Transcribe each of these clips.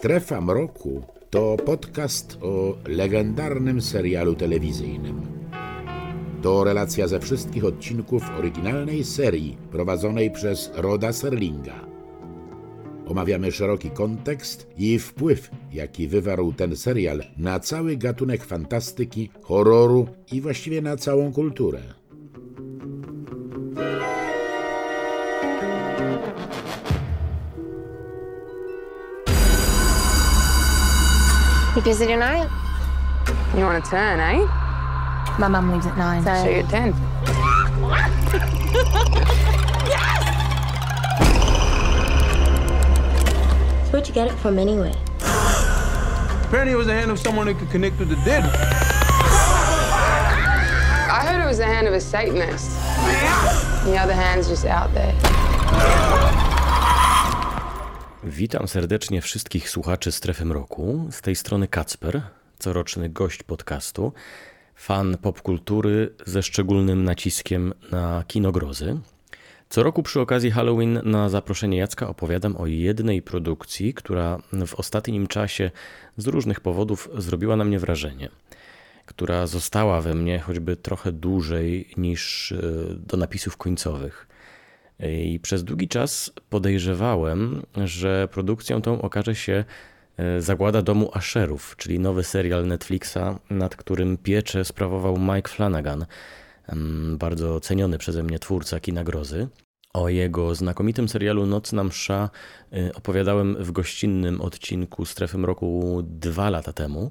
Strefa Mroku to podcast o legendarnym serialu telewizyjnym. To relacja ze wszystkich odcinków oryginalnej serii prowadzonej przez Roda Serlinga. Omawiamy szeroki kontekst i wpływ, jaki wywarł ten serial na cały gatunek fantastyki, horroru i właściwie na całą kulturę. You busy tonight? You want a turn, eh? My mum leaves at 9. See you at 10. So where'd you get it from anyway? Apparently it was the hand of someone that could connect with the dead. I heard it was the hand of a Satanist. The other hand's just out there. Witam serdecznie wszystkich słuchaczy Strefy Mroku. Z tej strony Kacper, coroczny gość podcastu, fan popkultury ze szczególnym naciskiem na kino grozy. Co roku przy okazji Halloween na zaproszenie Jacka opowiadam o jednej produkcji, która w ostatnim czasie z różnych powodów zrobiła na mnie wrażenie, która została we mnie choćby trochę dłużej niż do napisów końcowych. I przez długi czas podejrzewałem, że produkcją tą okaże się Zagłada domu Asherów, czyli nowy serial Netflixa, nad którym pieczę sprawował Mike Flanagan, bardzo ceniony przeze mnie twórca kina grozy. O jego znakomitym serialu Nocna msza opowiadałem w gościnnym odcinku Strefy Mroku 2 lata temu.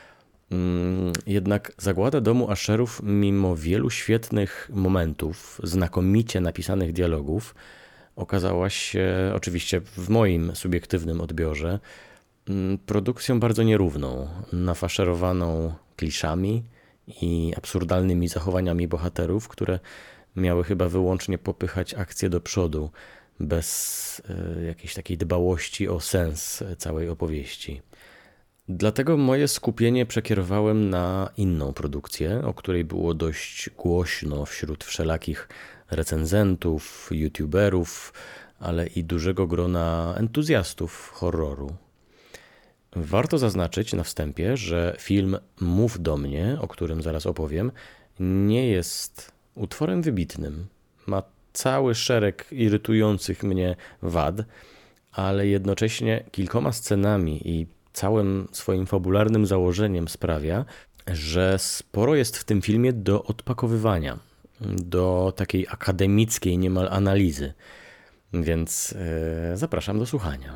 Jednak Zagłada domu Asherów, mimo wielu świetnych momentów, znakomicie napisanych dialogów, okazała się, oczywiście w moim subiektywnym odbiorze, produkcją bardzo nierówną, nafaszerowaną kliszami i absurdalnymi zachowaniami bohaterów, które miały chyba wyłącznie popychać akcję do przodu, bez jakiejś takiej dbałości o sens całej opowieści. Dlatego moje skupienie przekierowałem na inną produkcję, o której było dość głośno wśród wszelakich recenzentów, youtuberów, ale i dużego grona entuzjastów horroru. Warto zaznaczyć na wstępie, że film Mów do mnie, o którym zaraz opowiem, nie jest utworem wybitnym. Ma cały szereg irytujących mnie wad, ale jednocześnie kilkoma scenami i całym swoim fabularnym założeniem sprawia, że sporo jest w tym filmie do odpakowywania, do takiej akademickiej niemal analizy. Więc zapraszam do słuchania.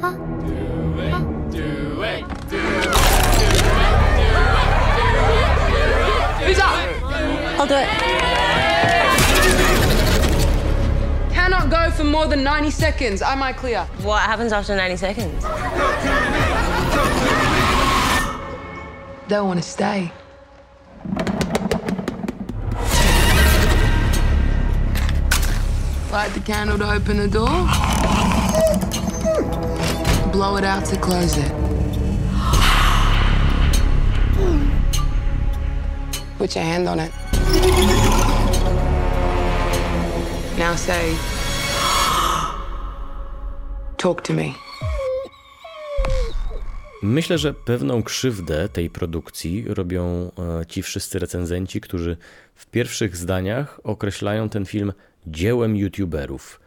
I'll do it. Cannot go for more than 90 seconds. Am I clear? What happens after 90 seconds? Don't want to stay. Light the candle to open the door. Blow it out to close it. Put your hand on it. Now say, talk to me. Myślę, że pewną krzywdę tej produkcji robią ci wszyscy recenzenci, którzy w pierwszych zdaniach określają ten film dziełem youtuberów.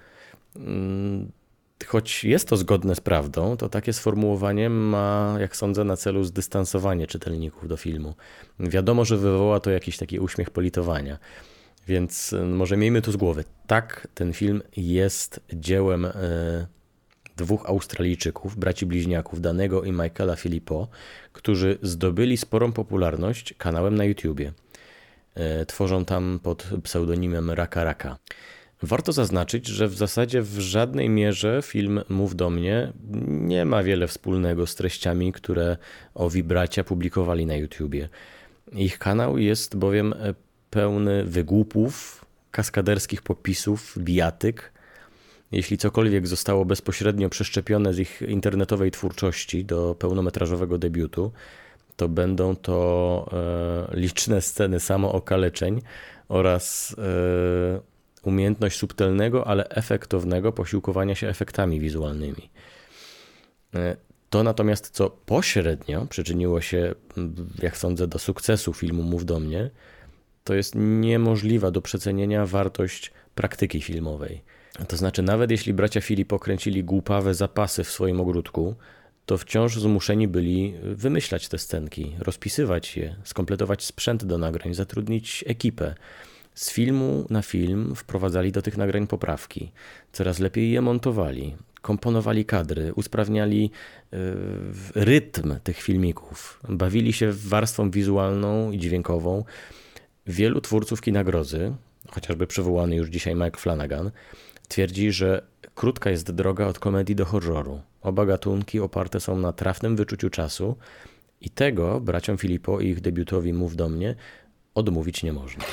Choć jest to zgodne z prawdą, to takie sformułowanie ma, jak sądzę, na celu zdystansowanie czytelników do filmu. Wiadomo, że wywoła to jakiś taki uśmiech politowania. Więc może miejmy to z głowy. Tak, ten film jest dziełem dwóch Australijczyków, braci bliźniaków, Danego i Michaela Philippou, którzy zdobyli sporą popularność kanałem na YouTubie. Tworzą tam pod pseudonimem Raka Raka. Warto zaznaczyć, że w zasadzie w żadnej mierze film Mów do mnie nie ma wiele wspólnego z treściami, które owi bracia publikowali na YouTubie. Ich kanał jest bowiem pełny wygłupów, kaskaderskich popisów, bijatyk. Jeśli cokolwiek zostało bezpośrednio przeszczepione z ich internetowej twórczości do pełnometrażowego debiutu, to będą to liczne sceny samookaleczeń oraz umiejętność subtelnego, ale efektownego posiłkowania się efektami wizualnymi. To natomiast, co pośrednio przyczyniło się, jak sądzę, do sukcesu filmu Mów do mnie, to jest niemożliwa do przecenienia wartość praktyki filmowej. To znaczy, nawet jeśli bracia Filipo kręcili głupawe zapasy w swoim ogródku, to wciąż zmuszeni byli wymyślać te scenki, rozpisywać je, skompletować sprzęt do nagrań, zatrudnić ekipę. Z filmu na film wprowadzali do tych nagrań poprawki, coraz lepiej je montowali, komponowali kadry, usprawniali rytm tych filmików, bawili się warstwą wizualną i dźwiękową. Wielu twórców kina grozy, chociażby przywołany już dzisiaj Mike Flanagan, twierdzi, że krótka jest droga od komedii do horroru. Oba gatunki oparte są na trafnym wyczuciu czasu i tego braciom Filipo i ich debiutowi Mów do mnie odmówić nie można.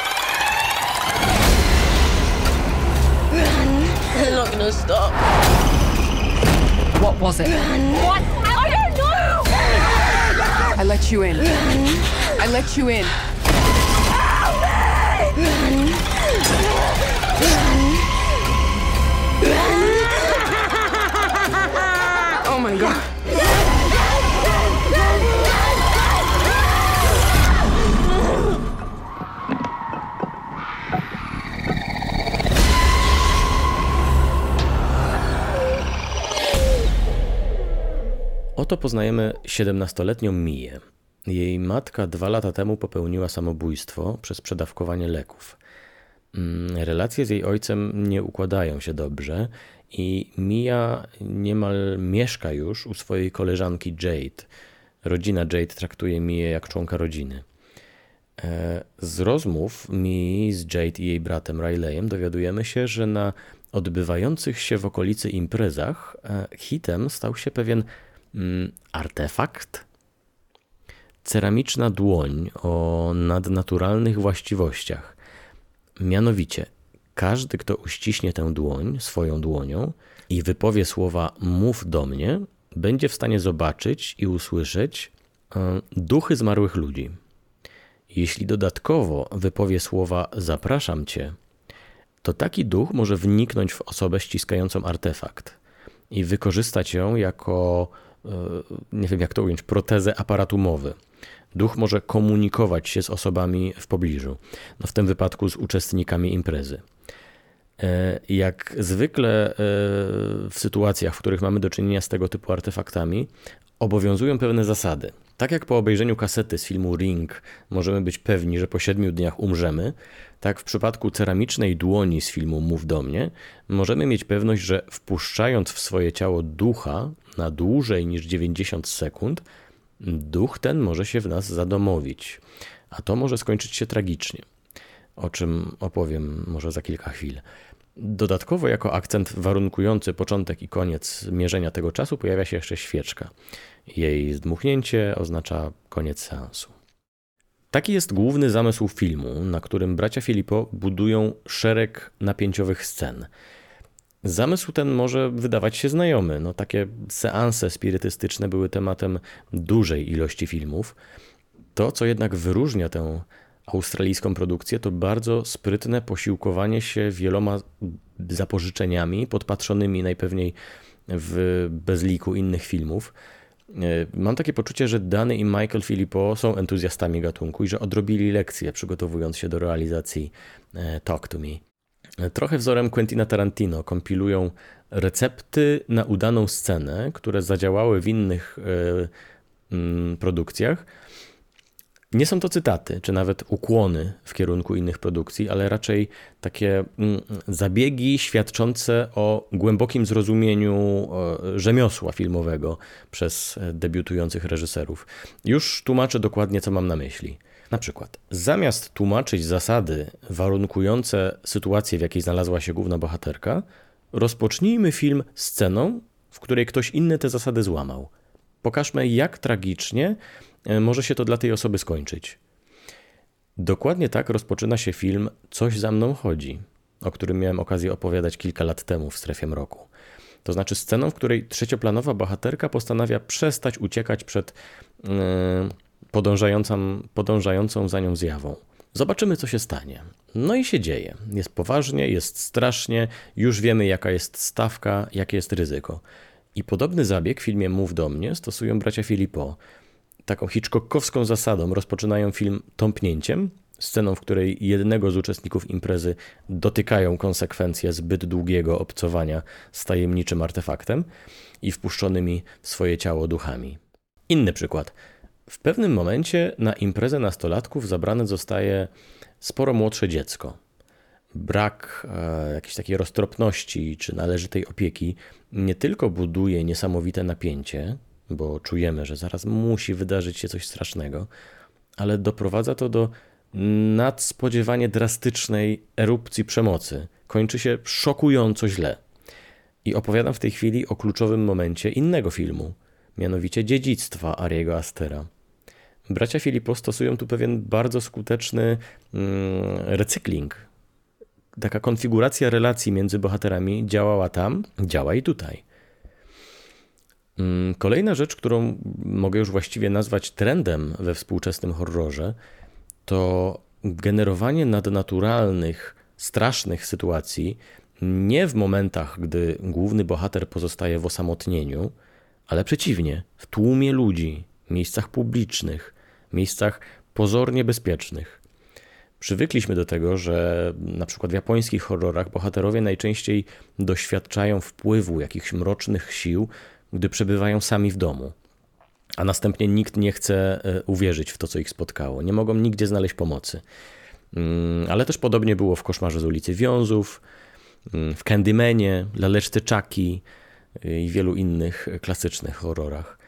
They're not gonna stop. What was it? What? I don't know! I let you in. I let you in. Oh my God. Oto poznajemy 17-letnią Miję. Jej matka 2 lata temu popełniła samobójstwo przez przedawkowanie leków. Relacje z jej ojcem nie układają się dobrze i Mija niemal mieszka już u swojej koleżanki Jade. Rodzina Jade traktuje Miję jak członka rodziny. Z rozmów Mii z Jade i jej bratem Rileyem dowiadujemy się, że na odbywających się w okolicy imprezach hitem stał się pewien artefakt. Ceramiczna dłoń o nadnaturalnych właściwościach. Mianowicie, każdy, kto uściśnie tę dłoń swoją dłonią i wypowie słowa mów do mnie, będzie w stanie zobaczyć i usłyszeć duchy zmarłych ludzi. Jeśli dodatkowo wypowie słowa zapraszam cię, to taki duch może wniknąć w osobę ściskającą artefakt i wykorzystać ją jako, nie wiem jak to ująć, protezę aparatu mowy. Duch może komunikować się z osobami w pobliżu, no w tym wypadku z uczestnikami imprezy. Jak zwykle w sytuacjach, w których mamy do czynienia z tego typu artefaktami, obowiązują pewne zasady. Tak jak po obejrzeniu kasety z filmu Ring możemy być pewni, że po 7 dniach umrzemy, tak w przypadku ceramicznej dłoni z filmu Mów do mnie możemy mieć pewność, że wpuszczając w swoje ciało ducha na dłużej niż 90 sekund, duch ten może się w nas zadomowić, a to może skończyć się tragicznie, o czym opowiem może za kilka chwil. Dodatkowo jako akcent warunkujący początek i koniec mierzenia tego czasu pojawia się jeszcze świeczka. Jej zdmuchnięcie oznacza koniec seansu. Taki jest główny zamysł filmu, na którym bracia Filipo budują szereg napięciowych scen. Zamysł ten może wydawać się znajomy. No, takie seanse spirytystyczne były tematem dużej ilości filmów. To, co jednak wyróżnia tę australijską produkcję, to bardzo sprytne posiłkowanie się wieloma zapożyczeniami, podpatrzonymi najpewniej w bezliku innych filmów. Mam takie poczucie, że Danny i Michael Filipo są entuzjastami gatunku i że odrobili lekcje, przygotowując się do realizacji Talk to Me. Trochę wzorem Quentina Tarantino kompilują recepty na udaną scenę, które zadziałały w innych produkcjach. Nie są to cytaty, czy nawet ukłony w kierunku innych produkcji, ale raczej takie zabiegi świadczące o głębokim zrozumieniu rzemiosła filmowego przez debiutujących reżyserów. Już tłumaczę dokładnie, co mam na myśli. Na przykład, zamiast tłumaczyć zasady warunkujące sytuację, w jakiej znalazła się główna bohaterka, rozpocznijmy film sceną, w której ktoś inny te zasady złamał. Pokażmy, jak tragicznie może się to dla tej osoby skończyć. Dokładnie tak rozpoczyna się film Coś za mną chodzi, o którym miałem okazję opowiadać kilka lat temu w Strefie Mroku. To znaczy sceną, w której trzecioplanowa bohaterka postanawia przestać uciekać przed podążającą za nią zjawą. Zobaczymy, co się stanie. No i się dzieje. Jest poważnie, jest strasznie, już wiemy, jaka jest stawka, jakie jest ryzyko. I podobny zabieg w filmie Mów do mnie stosują bracia Philippot. Taką hitchcockowską zasadą rozpoczynają film tąpnięciem, sceną, w której jednego z uczestników imprezy dotykają konsekwencje zbyt długiego obcowania z tajemniczym artefaktem i wpuszczonymi w swoje ciało duchami. Inny przykład. W pewnym momencie na imprezę nastolatków zabrane zostaje sporo młodsze dziecko. Brak jakiejś takiej roztropności czy należytej opieki nie tylko buduje niesamowite napięcie, bo czujemy, że zaraz musi wydarzyć się coś strasznego, ale doprowadza to do nadspodziewanie drastycznej erupcji przemocy. Kończy się szokująco źle. I opowiadam w tej chwili o kluczowym momencie innego filmu, mianowicie Dziedzictwa Ariego Astera. Bracia Philippot stosują tu pewien bardzo skuteczny recykling. Taka konfiguracja relacji między bohaterami działała tam, działa i tutaj. Kolejna rzecz, którą mogę już właściwie nazwać trendem we współczesnym horrorze, to generowanie nadnaturalnych, strasznych sytuacji nie w momentach, gdy główny bohater pozostaje w osamotnieniu, ale przeciwnie, w tłumie ludzi, miejscach publicznych, miejscach pozornie bezpiecznych. Przywykliśmy do tego, że na przykład w japońskich horrorach bohaterowie najczęściej doświadczają wpływu jakichś mrocznych sił, gdy przebywają sami w domu. A następnie nikt nie chce uwierzyć w to, co ich spotkało. Nie mogą nigdzie znaleźć pomocy. Ale też podobnie było w Koszmarze z ulicy Wiązów, w Candymanie, Laleczce Chucky i wielu innych klasycznych horrorach.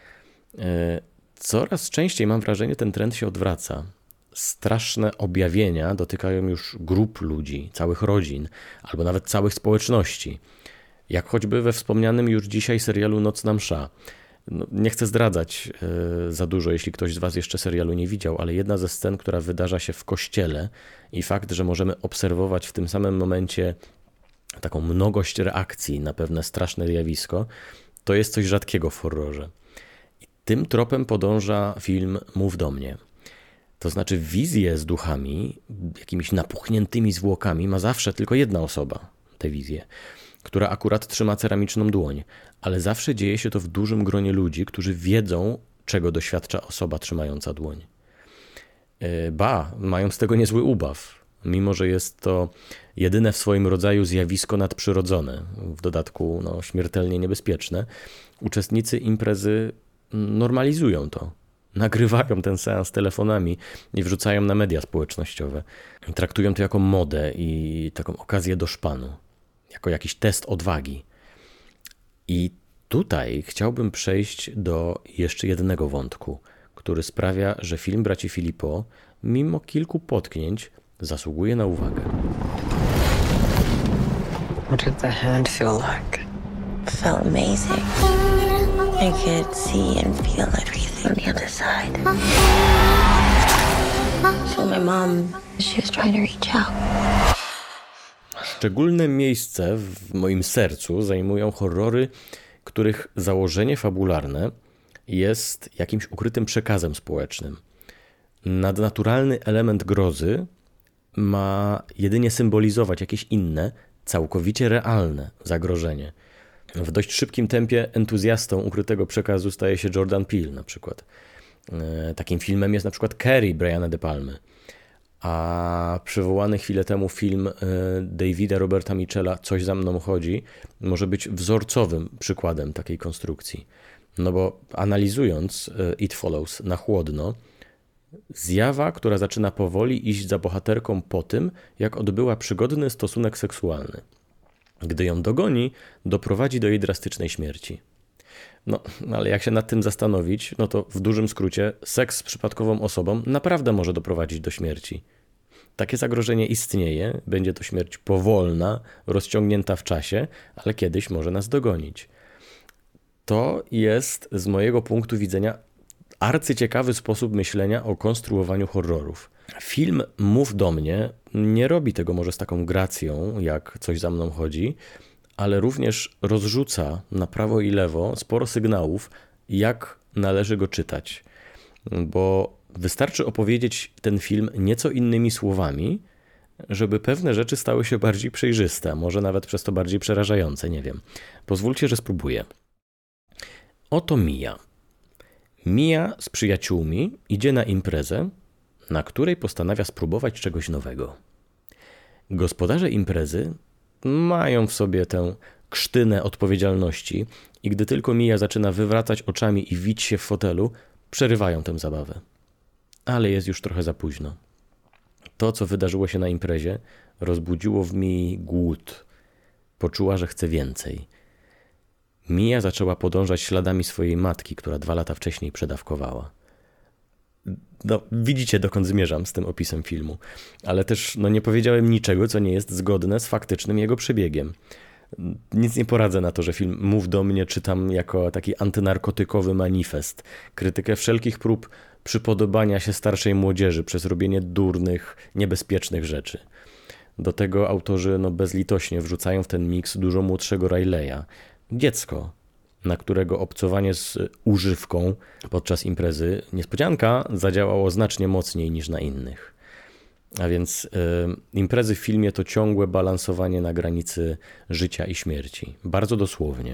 Coraz częściej, mam wrażenie, ten trend się odwraca. Straszne objawienia dotykają już grup ludzi, całych rodzin, albo nawet całych społeczności. Jak choćby we wspomnianym już dzisiaj serialu Nocna Msza. No, nie chcę zdradzać za dużo, jeśli ktoś z was jeszcze serialu nie widział, ale jedna ze scen, która wydarza się w kościele i fakt, że możemy obserwować w tym samym momencie taką mnogość reakcji na pewne straszne zjawisko, to jest coś rzadkiego w horrorze. I tym tropem podąża film Mów do mnie. To znaczy wizję z duchami, jakimiś napuchniętymi zwłokami ma zawsze tylko jedna osoba, tę wizję, która akurat trzyma ceramiczną dłoń, ale zawsze dzieje się to w dużym gronie ludzi, którzy wiedzą, czego doświadcza osoba trzymająca dłoń. Mają z tego niezły ubaw, mimo że jest to jedyne w swoim rodzaju zjawisko nadprzyrodzone, w dodatku śmiertelnie niebezpieczne. Uczestnicy imprezy normalizują to. Nagrywają ten seans telefonami i wrzucają na media społecznościowe. Traktują to jako modę i taką okazję do szpanu. Jako jakiś test odwagi. I tutaj chciałbym przejść do jeszcze jednego wątku, który sprawia, że film braci Philippot, mimo kilku potknięć, zasługuje na uwagę. What did the hand feel like? It felt amazing. I could see and feel everything on the other side. So my mom, she was trying to reach out. Szczególne miejsce w moim sercu zajmują horrory, których założenie fabularne jest jakimś ukrytym przekazem społecznym. Nadnaturalny element grozy ma jedynie symbolizować jakieś inne, całkowicie realne zagrożenie. W dość szybkim tempie entuzjastą ukrytego przekazu staje się Jordan Peele na przykład. Takim filmem jest na przykład Carrie Briana De Palmy. A przywołany chwilę temu film Davida Roberta Mitchella Coś za mną chodzi może być wzorcowym przykładem takiej konstrukcji. No bo analizując It Follows na chłodno, zjawa, która zaczyna powoli iść za bohaterką po tym, jak odbyła przygodny stosunek seksualny. Gdy ją dogoni, doprowadzi do jej drastycznej śmierci. No, ale jak się nad tym zastanowić, no to w dużym skrócie seks z przypadkową osobą naprawdę może doprowadzić do śmierci. Takie zagrożenie istnieje, będzie to śmierć powolna, rozciągnięta w czasie, ale kiedyś może nas dogonić. To jest z mojego punktu widzenia arcyciekawy sposób myślenia o konstruowaniu horrorów. Film Mów do mnie nie robi tego może z taką gracją, jak Coś za mną chodzi, ale również rozrzuca na prawo i lewo sporo sygnałów, jak należy go czytać. Bo wystarczy opowiedzieć ten film nieco innymi słowami, żeby pewne rzeczy stały się bardziej przejrzyste, a może nawet przez to bardziej przerażające, nie wiem. Pozwólcie, że spróbuję. Oto Mia. Mia z przyjaciółmi idzie na imprezę, na której postanawia spróbować czegoś nowego. Gospodarze imprezy mają w sobie tę krztynę odpowiedzialności i gdy tylko Mia zaczyna wywracać oczami i wić się w fotelu, przerywają tę zabawę. Ale jest już trochę za późno. To, co wydarzyło się na imprezie, rozbudziło w Mii głód. Poczuła, że chce więcej. Mia zaczęła podążać śladami swojej matki, która 2 lata wcześniej przedawkowała. No, widzicie, dokąd zmierzam z tym opisem filmu. Ale też nie powiedziałem niczego, co nie jest zgodne z faktycznym jego przebiegiem. Nic nie poradzę na to, że film Mów do mnie czytam jako taki antynarkotykowy manifest. Krytykę wszelkich prób przypodobania się starszej młodzieży przez robienie durnych, niebezpiecznych rzeczy. Do tego autorzy bezlitośnie wrzucają w ten miks dużo młodszego Rileya. Dziecko, na którego obcowanie z używką podczas imprezy, niespodzianka, zadziałało znacznie mocniej niż na innych. A więc imprezy w filmie to ciągłe balansowanie na granicy życia i śmierci. Bardzo dosłownie.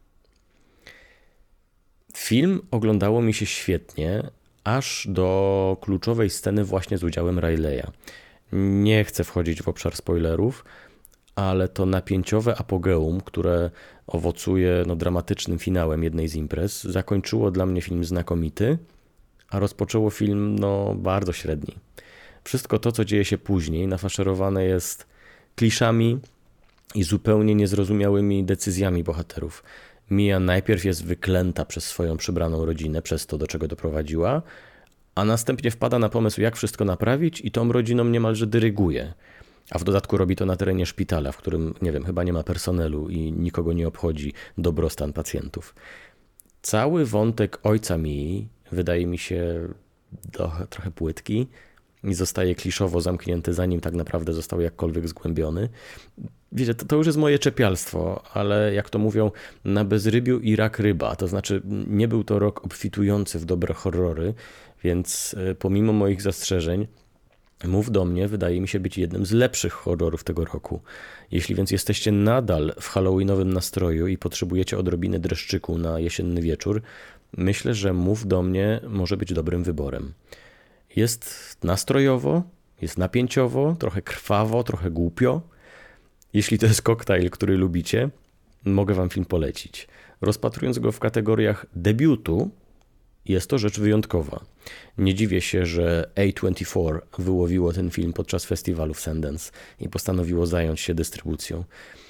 Film oglądało mi się świetnie, aż do kluczowej sceny właśnie z udziałem Rileya. Nie chcę wchodzić w obszar spoilerów, ale to napięciowe apogeum, które owocuje dramatycznym finałem jednej z imprez, zakończyło dla mnie film znakomity, a rozpoczęło film bardzo średni. Wszystko to, co dzieje się później, nafaszerowane jest kliszami i zupełnie niezrozumiałymi decyzjami bohaterów. Mia najpierw jest wyklęta przez swoją przybraną rodzinę, przez to, do czego doprowadziła, a następnie wpada na pomysł, jak wszystko naprawić i tą rodziną niemalże dyryguje. A w dodatku robi to na terenie szpitala, w którym, chyba nie ma personelu i nikogo nie obchodzi dobrostan pacjentów. Cały wątek ojca Mii wydaje mi się trochę płytki i zostaje kliszowo zamknięty, zanim tak naprawdę został jakkolwiek zgłębiony. Wiecie, to już jest moje czepialstwo, ale jak to mówią, na bezrybiu i rak ryba. To znaczy, nie był to rok obfitujący w dobre horrory, więc pomimo moich zastrzeżeń, Mów do mnie wydaje mi się być jednym z lepszych horrorów tego roku. Jeśli więc jesteście nadal w halloweenowym nastroju i potrzebujecie odrobiny dreszczyku na jesienny wieczór, myślę, że Mów do mnie może być dobrym wyborem. Jest nastrojowo, jest napięciowo, trochę krwawo, trochę głupio. Jeśli to jest koktajl, który lubicie, mogę wam film polecić. Rozpatrując go w kategoriach debiutu, jest to rzecz wyjątkowa. Nie dziwię się, że A24 wyłowiło ten film podczas festiwalu w Sundance i postanowiło zająć się dystrybucją.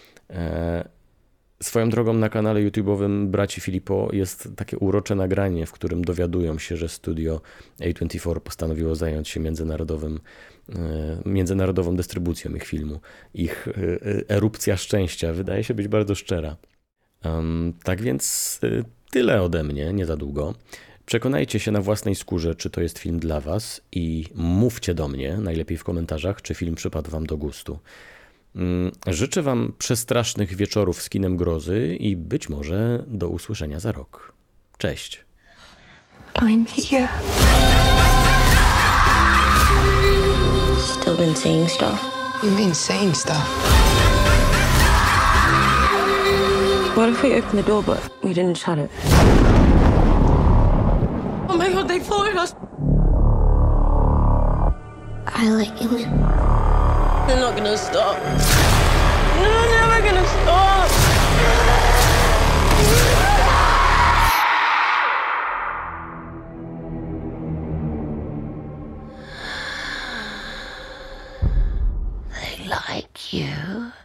Swoją drogą na kanale YouTube'owym braci Filippo jest takie urocze nagranie, w którym dowiadują się, że studio A24 postanowiło zająć się międzynarodową dystrybucją ich filmu. Ich erupcja szczęścia wydaje się być bardzo szczera. Tak więc tyle ode mnie, nie za długo. Przekonajcie się na własnej skórze, czy to jest film dla was i mówcie do mnie, najlepiej w komentarzach, czy film przypadł wam do gustu. Życzę wam przestrasznych wieczorów z kinem grozy i być może do usłyszenia za rok. Cześć! I'm here. Still been seeing stuff. You mean saying stuff? What if we opened the door but we didn't shut it? Oh my god, they followed us! I like you. They're not gonna stop. They're never gonna stop! They like you.